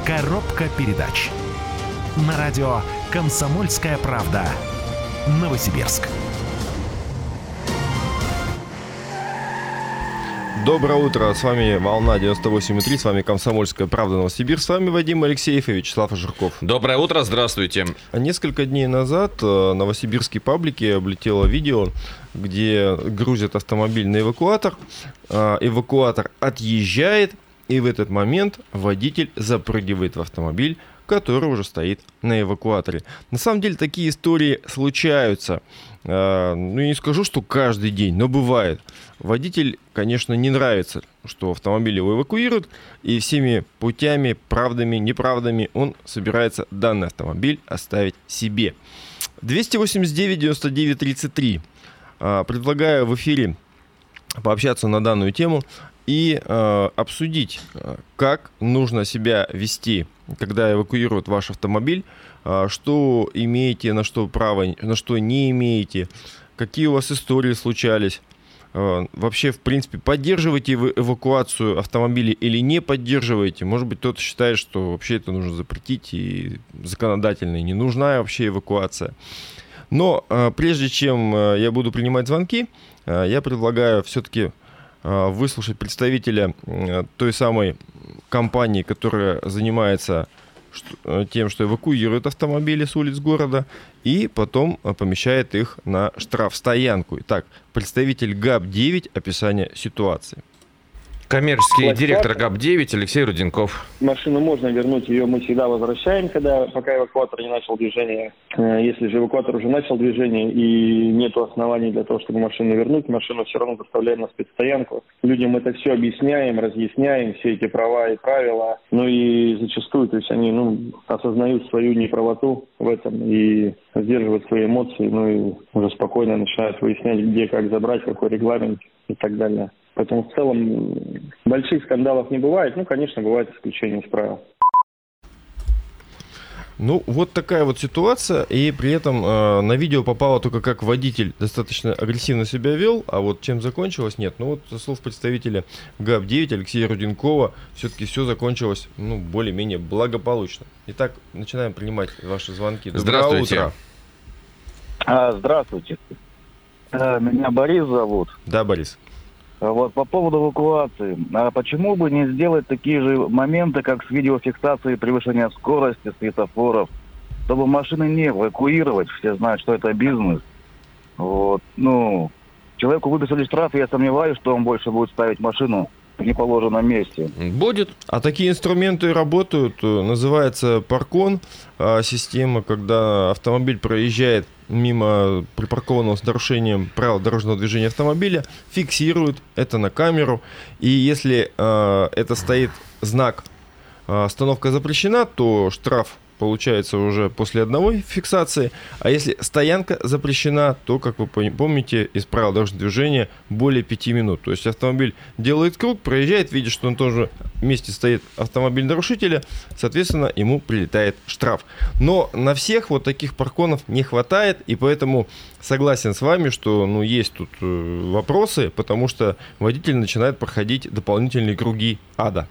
Коробка передач. На радио «Комсомольская правда». Новосибирск. Доброе утро, с вами «Волна 98,3», с вами «Комсомольская правда» Новосибирск, с вами Вадим Алексеев и Вячеслав Ожирков. Доброе утро, здравствуйте. Несколько дней назад новосибирские паблики облетело видео, где грузят автомобиль на эвакуатор, эвакуатор отъезжает, и в этот момент водитель запрыгивает в автомобиль, который уже стоит на эвакуаторе. На самом деле такие истории случаются. Я не скажу, что каждый день, но бывает. Водитель, конечно, не нравится, что автомобиль его эвакуируют, и всеми путями, правдами, неправдами он собирается данный автомобиль оставить себе. 289-99-33. Предлагаю в эфире пообщаться на данную тему и обсудить, как нужно себя вести, когда эвакуируют ваш автомобиль, что имеете, на что право, на что не имеете, какие у вас истории случались. Вообще, в принципе, поддерживаете вы эвакуацию автомобиля или не поддерживаете? Может быть, кто-то считает, что вообще это нужно запретить, и законодательно не нужна вообще эвакуация. Но прежде чем я буду принимать звонки, я предлагаю все-таки выслушать представителя той самой компании, которая занимается тем, что эвакуирует автомобили с улиц города и потом помещает их на штрафстоянку. Итак, представитель ГАП-9, описание ситуации. Коммерческий директор ГАП-9 Алексей Руденков. Машину можно вернуть, ее мы всегда возвращаем, пока эвакуатор не начал движение. Если же эвакуатор уже начал движение и нет оснований для того, чтобы машину вернуть, машину все равно доставляем на спецстоянку. Людям это все объясняем, разъясняем, все эти права и правила. Ну и зачастую, то есть они осознают свою неправоту в этом и сдерживают свои эмоции, и уже спокойно начинают выяснять, где, как забрать, какой регламент и так далее. Поэтому в целом больших скандалов не бывает. Конечно, бывает исключение из правил. Вот такая вот ситуация, и при этом на видео попало только как водитель достаточно агрессивно себя вел, а вот чем закончилось, нет. Со слов представителя ГАП-9 Алексея Руденкова, все-таки все закончилось, более-менее благополучно. Итак, начинаем принимать ваши звонки. Здравствуйте. Утро. Здравствуйте. Меня Борис зовут. Да, Борис. По поводу эвакуации. Почему бы не сделать такие же моменты, как с видеофиксацией превышения скорости, светофоров, чтобы машины не эвакуировать, все знают, что это бизнес. Человеку выписали штраф, и я сомневаюсь, что он больше будет ставить машину в неположенном месте. Будет. А такие инструменты работают, называется паркон, система, когда автомобиль проезжает мимо припаркованного с нарушением правил дорожного движения автомобиля, фиксирует это на камеру, и если это стоит знак «Остановка запрещена», то штраф получается уже после одной фиксации, а если стоянка запрещена, то, как вы помните, из правил дорожного движения более 5 минут. То есть автомобиль делает круг, проезжает, видит, что на том же месте стоит автомобиль нарушителя, соответственно, ему прилетает штраф. Но на всех вот таких парконов не хватает, и поэтому согласен с вами, что есть тут вопросы, потому что водитель начинает проходить дополнительные круги ада.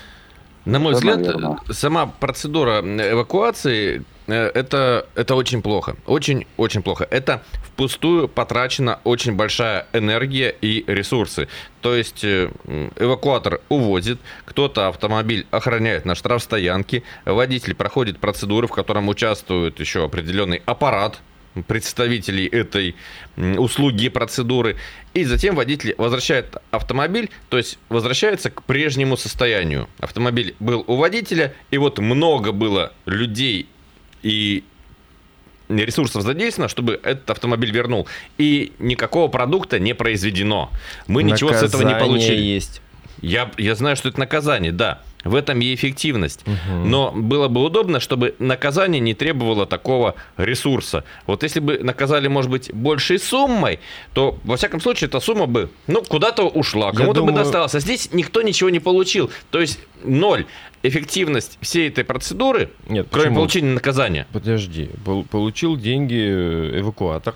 На мой взгляд, сама процедура эвакуации это очень плохо. Очень-очень плохо. Это впустую потрачена очень большая энергия и ресурсы. То есть эвакуатор увозит, кто-то автомобиль охраняет на штрафстоянке, водитель проходит процедуру, в котором участвует еще определенный аппарат представителей этой услуги, процедуры, и затем водитель возвращает автомобиль, то есть возвращается к прежнему состоянию. Автомобиль был у водителя, и много было людей и ресурсов задействовано, чтобы этот автомобиль вернул. И никакого продукта не произведено. Мы ничего с этого не получили. Есть. Я знаю, что это наказание, да. В этом и эффективность. Но было бы удобно, чтобы наказание не требовало такого ресурса. Если бы наказали, может быть, большей суммой, то, во всяком случае, эта сумма бы, куда-то ушла, кому-то бы досталось. А здесь никто ничего не получил. То есть 0. Эффективность всей этой процедуры, кроме получения наказания. Подожди, получил деньги эвакуатор.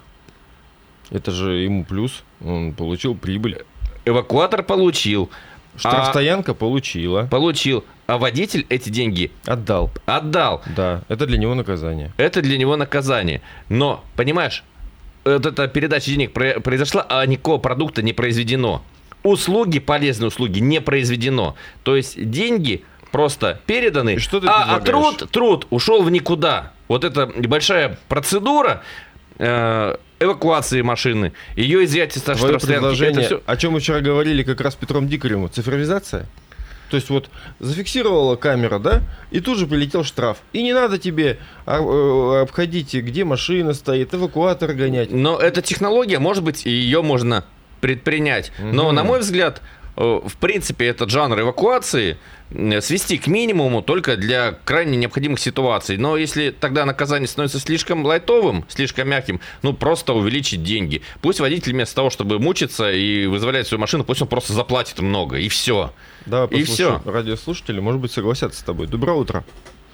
Это же ему плюс. Он получил прибыль. Эвакуатор получил. Штрафстоянка получила. Получил. а водитель эти деньги Отдал. Да, это для него наказание. Но, понимаешь, вот эта передача денег произошла, а никакого продукта не произведено. Услуги, полезные услуги не произведено. То есть деньги просто переданы, а труд ушел в никуда. Вот эта большая процедура эвакуации машины, ее изъятие со штрафстоянки. Это все... О чем мы вчера говорили как раз с Петром Дикаревым, цифровизация. То есть вот зафиксировала камера, да, и тут же прилетел штраф. И не надо тебе обходить, где машина стоит, эвакуатор гонять. Но эта технология, может быть, ее можно предпринять. Но, на мой взгляд, в принципе, этот жанр эвакуации свести к минимуму только для крайне необходимых ситуаций. Но если тогда наказание становится слишком лайтовым, слишком мягким, просто увеличить деньги. Пусть водитель вместо того, чтобы мучиться и вызволять свою машину, пусть он просто заплатит много, и все. Давай послушаем радиослушатели, может быть, согласятся с тобой. Доброе утро.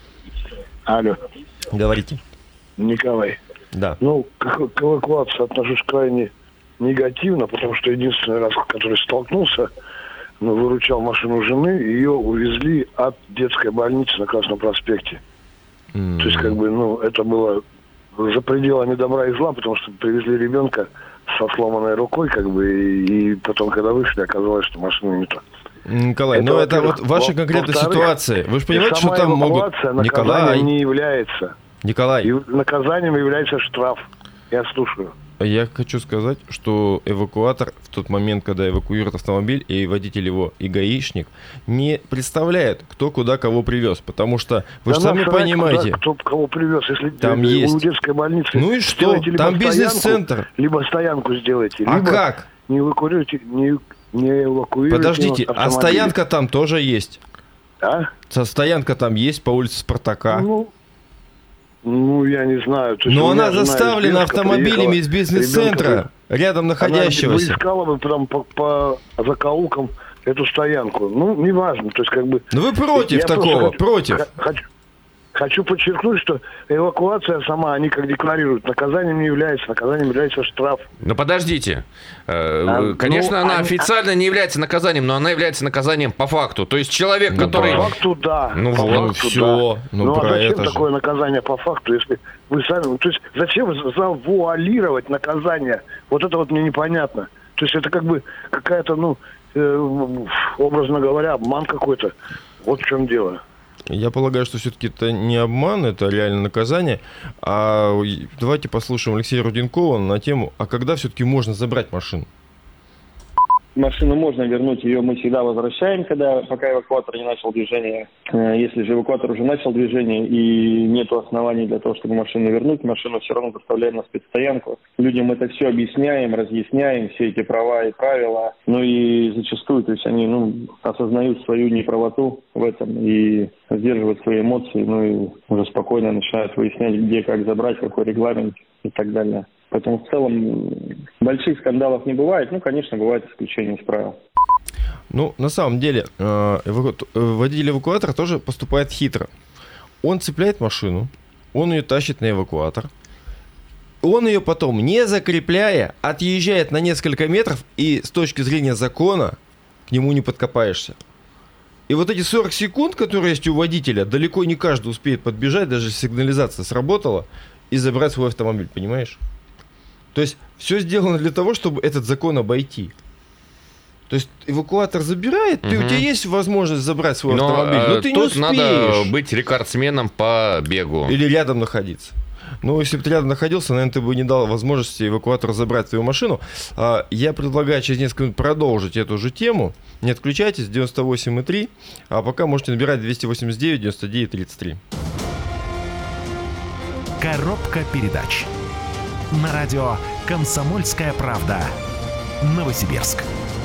Алло. Говорите. Николай. Да. К эвакуации отношусь крайне негативно, потому что единственный раз, который столкнулся, выручал машину жены, ее увезли от детской больницы на Красном проспекте. То есть, это было за пределами добра и зла, потому что привезли ребенка со сломанной рукой, и потом, когда вышли, оказалось, что машина не та. Николай, это вот ваша конкретная ситуация. Вы же понимаете, что там могут... Николай не является. Николай. И наказанием является штраф. Я слушаю. Я хочу сказать, что эвакуатор в тот момент, когда эвакуирует автомобиль, и водитель его, и гаишник, не представляет, кто куда кого привез. Потому что вы же сами понимаете... Кто кого привез, если там есть у детской больницы... Ну и что? Там бизнес-центр. Либо стоянку сделайте, а либо как? Не эвакуируйте, не эвакуируйте. Подождите, а стоянка там тоже есть? А? Стоянка там есть по улице Спартака. Я не знаю. Но она заставлена автомобилями из бизнес-центра, рядом находящегося. Она искала бы прям по закоулкам эту стоянку. Неважно. То есть, Но вы против такого? Против? Хочу подчеркнуть, что эвакуация сама, они как декларируют, наказанием не является, наказанием является штраф. Но подождите. Конечно, она официально не является наказанием, но она является наказанием по факту. То есть человек, который... По факту, да. Все. А зачем такое наказание по факту, если вы сами... То есть зачем завуалировать наказание? Вот это вот мне непонятно. То есть это какая-то, образно говоря, обман какой-то. Вот в чем дело. Я полагаю, что все-таки это не обман, это реально наказание. Давайте послушаем Алексея Руденкова на тему, а когда все-таки можно забрать машину? Машину можно вернуть, ее мы всегда возвращаем, пока эвакуатор не начал движение. Если же эвакуатор уже начал движение и нет оснований для того, чтобы машину вернуть, машину все равно доставляем на спецстоянку. Людям это все объясняем, разъясняем, все эти права и правила. И зачастую, то есть они осознают свою неправоту в этом и сдерживают свои эмоции, и уже спокойно начинают выяснять, где, как забрать, какой регламент и так далее. Поэтому в целом больших скандалов не бывает. Конечно, бывает исключение из правил. На самом деле, водитель эвакуатора тоже поступает хитро. Он цепляет машину, он ее тащит на эвакуатор, он ее потом, не закрепляя, отъезжает на несколько метров, и с точки зрения закона к нему не подкопаешься. И вот эти 40 секунд, которые есть у водителя, далеко не каждый успеет подбежать, даже если сигнализация сработала, и забрать свой автомобиль, понимаешь? То есть все сделано для того, чтобы этот закон обойти. То есть эвакуатор забирает, у тебя есть возможность забрать свой автомобиль, но ты не успеешь. Тут надо быть рекордсменом по бегу. Или рядом находиться. Если бы ты рядом находился, наверное, ты бы не дал возможности эвакуатору забрать твою машину. Я предлагаю через несколько минут продолжить эту же тему. Не отключайтесь, 98,3. А пока можете набирать 289 99 33. Коробка передач. На радио «Комсомольская правда». Новосибирск.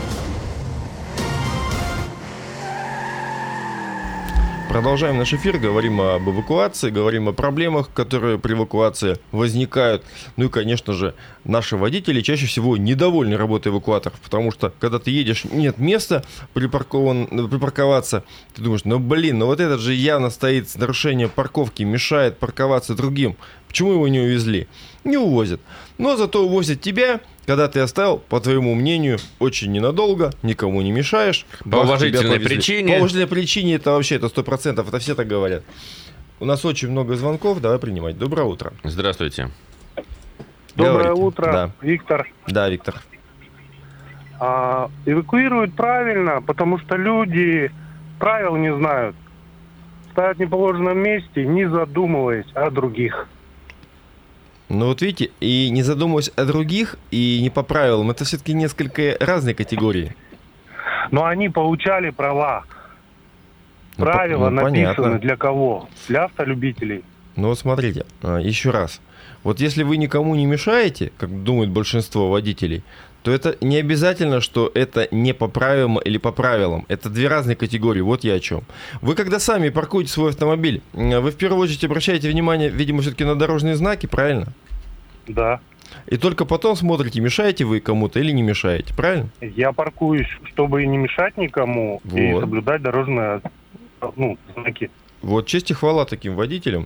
Продолжаем наш эфир, говорим об эвакуации, говорим о проблемах, которые при эвакуации возникают. И, конечно же, наши водители чаще всего недовольны работой эвакуаторов, потому что, когда ты едешь, нет места припарковаться, ты думаешь, вот этот же явно стоит с нарушением парковки, мешает парковаться другим. Почему его не увезли? Не увозят. Но зато увозят тебя, когда ты оставил, по твоему мнению, очень ненадолго, никому не мешаешь. По уважительной причине. По уважительной причине это вообще, это 100%, это все так говорят. У нас очень много звонков, давай принимать. Доброе утро. Здравствуйте. Доброе утро, да. Виктор. Да, Виктор. Эвакуируют правильно, потому что люди правил не знают. Стоят в неположенном месте, не задумываясь о других. Ну вот видите, и не задумываясь о других, и не по правилам, это все-таки несколько разные категории. Но они получали права. Правила написаны понятно. для кого? Для автолюбителей. Ну вот смотрите, еще раз. Вот если вы никому не мешаете, как думает большинство водителей, то это не обязательно, что это не по правилам или по правилам. Это две разные категории, вот я о чем. Вы когда сами паркуете свой автомобиль, вы в первую очередь обращаете внимание, видимо, все-таки на дорожные знаки, правильно? Да. И только потом смотрите, мешаете вы кому-то или не мешаете, правильно? Я паркуюсь, чтобы не мешать никому и соблюдать дорожные знаки. Вот, честь и хвала таким водителям.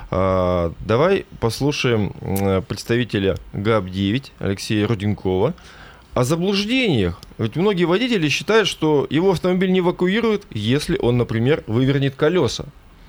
Давай послушаем представителя ГАП-9 Алексея Руденкова о заблуждениях. Ведь многие водители считают, что его автомобиль не эвакуируют, если он, например, вывернет колеса.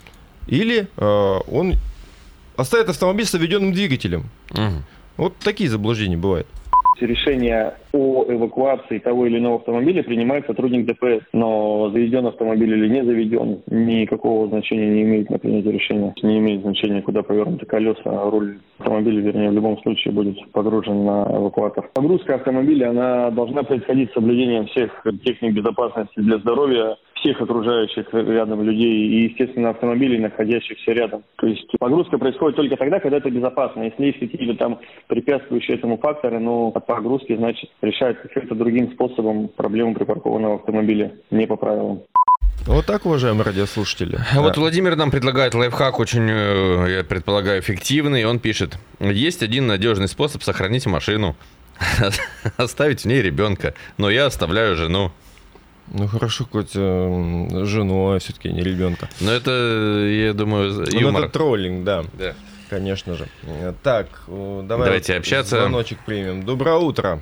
Или он оставит автомобиль с заведенным двигателем. Угу. Вот такие заблуждения бывают. Решение о эвакуации того или иного автомобиля принимает сотрудник ДПС. Но заведен автомобиль или не заведен, никакого значения не имеет на принятие решения. Не имеет значения, куда повернуты колеса, а руль автомобиля, вернее, в любом случае будет погружен на эвакуатор. Погрузка автомобиля, она должна происходить с соблюдением всех техник безопасности для здоровья всех окружающих рядом людей и, естественно, автомобилей, находящихся рядом. То есть погрузка происходит только тогда, когда это безопасно. Если есть какие-то там препятствующие этому факторы, но от погрузки, значит, решать каким-то другим способом проблему припаркованного автомобиля, не по правилам. Вот так, уважаемые радиослушатели. Вот Владимир нам предлагает лайфхак очень, я предполагаю, эффективный. Он пишет: есть один надежный способ сохранить машину. Оставить в ней ребенка. Но я оставляю жену. Ну хорошо, хоть жену, а все-таки не ребенка. Но это, я думаю, юмор. Это троллинг, да. Конечно же. Так, давайте общаться. Звоночек примем. Доброе утро.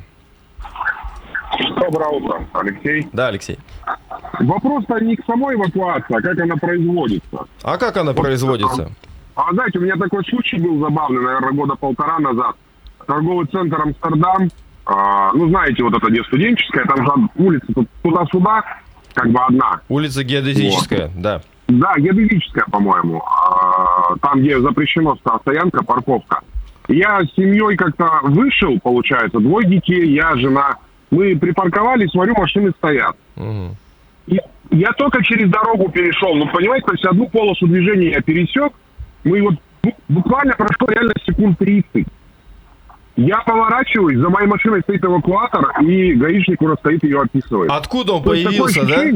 Доброе утро, Алексей. Да, Алексей. Вопрос-то не к самой эвакуации, а как она производится. А как она производится? Знаете, у меня такой случай был забавный, наверное, года полтора назад. Торговый центр Амстердам. Знаете, вот это где студенческая, там же улица туда-сюда, как бы одна. Улица Геодезическая, вот. Да. Да, Геодезическая, по-моему. Там, где запрещена стоянка, парковка. Я с семьей как-то вышел, получается, 2 детей, я, жена. Мы припарковались, смотрю, машины стоят. Угу. И я только через дорогу перешел. Понимаете, то есть одну полосу движения я пересек. Мы вот буквально прошло реально секунд 30. Я поворачиваюсь, за моей машиной стоит эвакуатор, и гаишник уже стоит, ее описывает. Откуда он появился, да?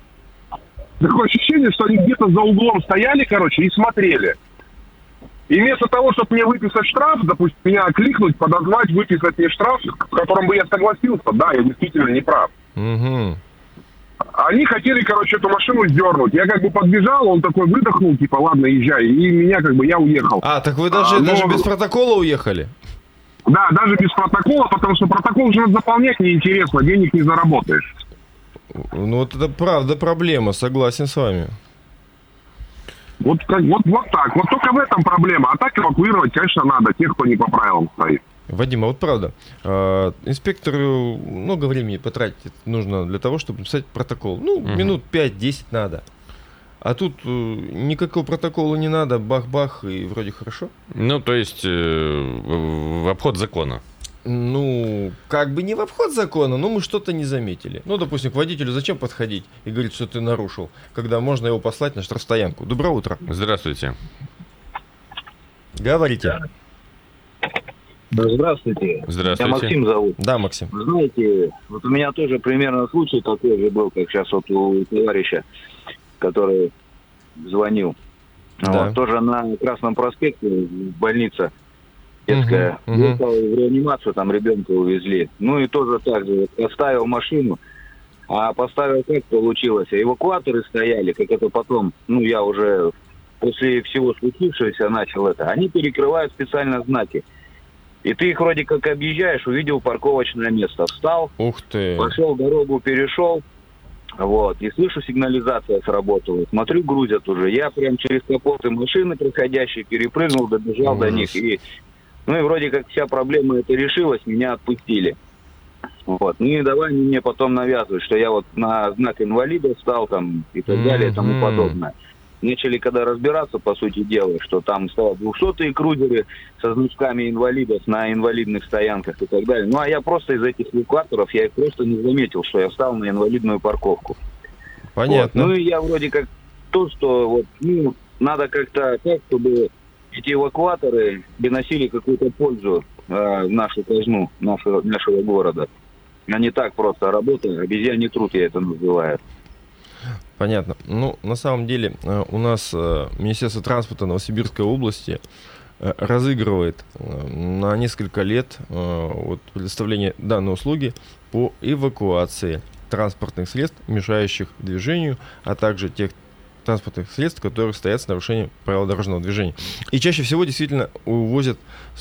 Такое ощущение, что они где-то за углом стояли, и смотрели. И вместо того, чтобы мне выписать штраф, допустим, меня окликнуть, подозвать, выписать мне штраф, в котором бы я согласился, да, я действительно не прав. Угу. Они хотели, эту машину сдернуть. Я подбежал, он такой выдохнул, ладно, езжай, и меня я уехал. Так вы даже без протокола уехали? Да, даже без протокола, потому что протокол уже заполнять неинтересно, денег не заработаешь. Ну, вот это правда проблема, согласен с вами. Вот так. Вот только в этом проблема. А так эвакуировать, конечно, надо тех, кто не по правилам стоит. Вадим, а вот правда, инспектору много времени потратить нужно для того, чтобы написать протокол. Минут 5-10 надо. А тут никакого протокола не надо, бах-бах, и вроде хорошо. То есть в обход закона. Как бы не в обход закона, но мы что-то не заметили. Допустим, к водителю зачем подходить и говорить, что ты нарушил, когда можно его послать на штрафстоянку. Доброе утро. Здравствуйте. Говорите. Здравствуйте. Здравствуйте. Меня Максим зовут. Да, Максим. Вы знаете, вот у меня тоже примерно случай такой же был, как сейчас вот у товарища, который звонил. Да. Тоже на Красном проспекте больница детская. Въехал в реанимацию, там ребенка увезли. И тоже так же. Оставил машину, а поставил как получилось. Эвакуаторы стояли, как это потом, я уже после всего случившегося начал это. Они перекрывают специально знаки. И ты их вроде как объезжаешь, увидел парковочное место. Встал, Ух ты. пошел, дорогу перешел. Вот. И слышу, сигнализация сработала. Смотрю, грузят уже. Я прям через капоты машины проходящие перепрыгнул, добежал до них. И вроде как вся проблема эта решилась, меня отпустили. Вот. Ну и давай они мне потом навязывают, что я вот на знак инвалида встал там и так далее и тому подобное. Начали когда разбираться, по сути дела, что там стоят 200-е крузеры со значками инвалидов на инвалидных стоянках и так далее. Ну, а я просто из этих эвакуаторов, я их просто не заметил, что я встал на инвалидную парковку. Понятно. Вот. Ну, и я вроде как то, что вот, надо как-то так, чтобы эти эвакуаторы приносили какую-то пользу в нашу казну, нашего города. А не так просто работа, обезьяний труд, я это называю. Понятно. Ну, на самом деле, у нас Министерство транспорта Новосибирской области разыгрывает на несколько лет предоставление данной услуги по эвакуации транспортных средств, мешающих движению, а также тех транспортных средств, которые стоят с нарушением правил дорожного движения. И чаще всего действительно увозят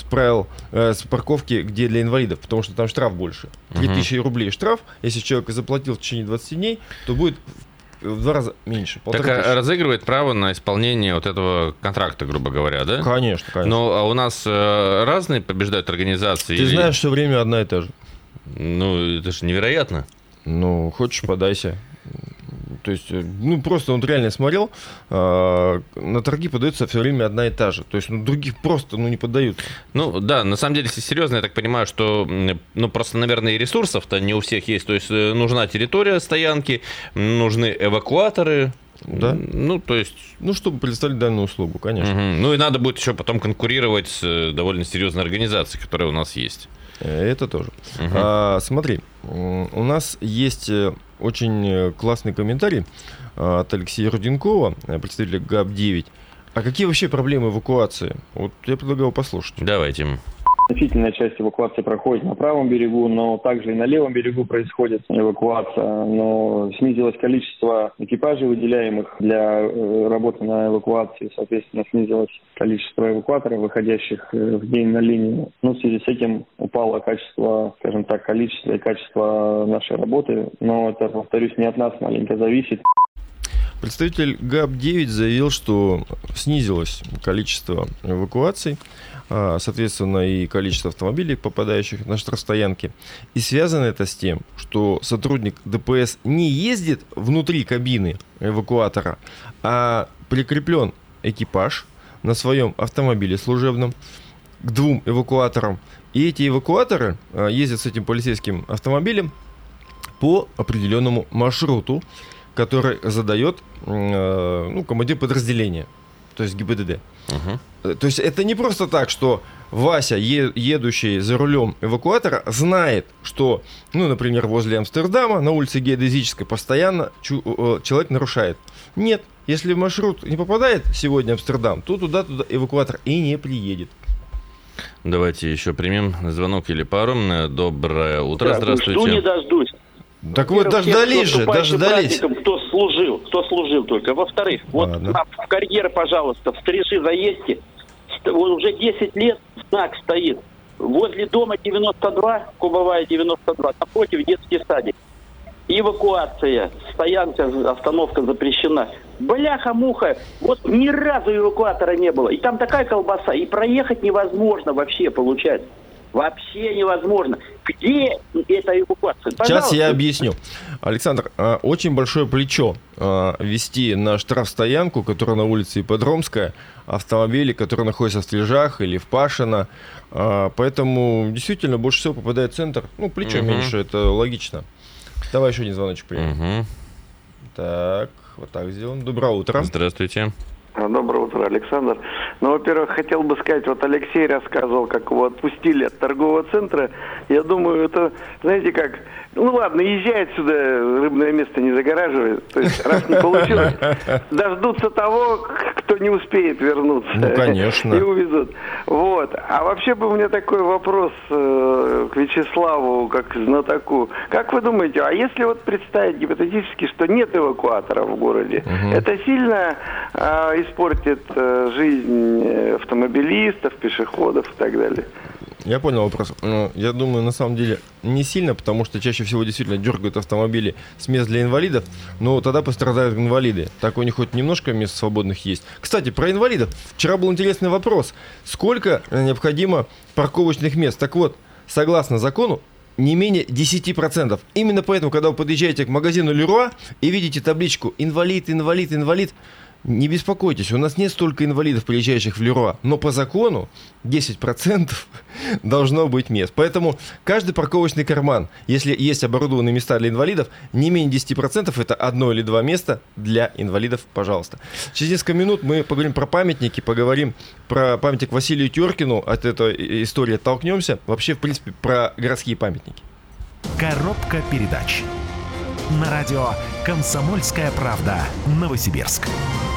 с парковки, где для инвалидов, потому что там штраф больше. 3000 рублей штраф. Если человек заплатил в течение 20 дней, то будет в 2 раза меньше. Так разыгрывает право на исполнение вот этого контракта, грубо говоря, да? Конечно, конечно. Но у нас разные побеждают организации. Ты знаешь, что время одна и та же. Ну, это же невероятно. Ну, хочешь, подайся. То есть, просто он реально смотрел, на торги подается все время одна и та же. То есть, других просто, не поддаются. Ну, да, на самом деле, если серьезно, я так понимаю, что, просто, наверное, и ресурсов-то не у всех есть. То есть, нужна территория стоянки, нужны эвакуаторы. Да. То есть... чтобы предоставить данную услугу, конечно. Ну, и надо будет еще потом конкурировать с довольно серьезной организацией, которая у нас есть. Это тоже. Смотри, у нас есть очень классный комментарий от Алексея Руденкова, представителя ГАП-9. А какие вообще проблемы эвакуации? Вот я предлагаю послушать. Давайте. Значительная часть эвакуации проходит на правом берегу, но также и на левом берегу происходит эвакуация. Но снизилось количество экипажей, выделяемых для работы на эвакуации. Соответственно, снизилось количество эвакуаторов, выходящих в день на линию. В связи с этим упало качество, скажем так, количество и качество нашей работы. Но это, повторюсь, не от нас маленько зависит. Представитель ГАП-9 заявил, что снизилось количество эвакуаций, соответственно, и количество автомобилей, попадающих на штрафстоянки. И связано это с тем, что сотрудник ДПС не ездит внутри кабины эвакуатора, а прикреплен экипаж на своем автомобиле служебном к 2 эвакуаторам. И эти эвакуаторы ездят с этим полицейским автомобилем по определенному маршруту, который задает командир подразделения, то есть ГИБДД. То есть это не просто так, что Вася, едущий за рулем эвакуатора, знает, что, например, возле Амстердама на улице Геодезической постоянно человек нарушает. Нет, если в маршрут не попадает сегодня Амстердам, то туда эвакуатор и не приедет. Давайте еще примем звонок или пару. Доброе утро, здравствуйте. Жду не дождусь. Так вы дождались же, дождались. Кто служил только. Во-вторых, в карьер, пожалуйста, в Стрижи заедьте. Уже 10 лет знак стоит. Возле дома 92, Кубовая 92, напротив детский садик. Эвакуация, стоянка, остановка запрещена. Бляха-муха, вот ни разу эвакуатора не было. И там такая колбаса, и проехать невозможно вообще, получается. Вообще невозможно. Где эта эвакуация? Пожалуйста. Сейчас я объясню. Александр, очень большое плечо вести на штрафстоянку, которая на улице Ипподромская, автомобили, которые находятся в Стрижах или в Пашино. Поэтому действительно больше всего попадает в центр. Плечо меньше, это логично. Давай еще один звоночек примем. Так, вот так сделаем. Доброе утро. Здравствуйте. Доброе утро, Александр. Во-первых, хотел бы сказать, Алексей рассказывал, как его отпустили от торгового центра. Я думаю, это, знаете как, ладно, езжай отсюда, рыбное место не загораживает. То есть, раз не получилось, дождутся того, кто не успеет вернуться. Конечно. И увезут. А вообще бы у меня такой вопрос к Вячеславу, как к знатоку. Как вы думаете, а если представить гипотетически, что нет эвакуаторов в городе, это сильно испортит жизнь автомобилистов, пешеходов и так далее? Я понял вопрос. Я думаю, на самом деле, не сильно, потому что чаще всего действительно дергают автомобили с мест для инвалидов, но тогда пострадают инвалиды. Так у них хоть немножко мест свободных есть. Кстати, про инвалидов. Вчера был интересный вопрос. Сколько необходимо парковочных мест? Так вот, согласно закону, не менее 10%. Именно поэтому, когда вы подъезжаете к магазину Леруа и видите табличку «Инвалид, инвалид, инвалид», не беспокойтесь, у нас нет столько инвалидов, приезжающих в Леруа, но по закону 10% должно быть мест. Поэтому каждый парковочный карман, если есть оборудованные места для инвалидов, не менее 10% это 1 или 2 места для инвалидов, пожалуйста. Через несколько минут мы поговорим про памятники, поговорим про памятник Василию Теркину, от этой истории оттолкнемся, вообще, в принципе, про городские памятники. Коробка передач. На радио «Комсомольская правда», Новосибирск.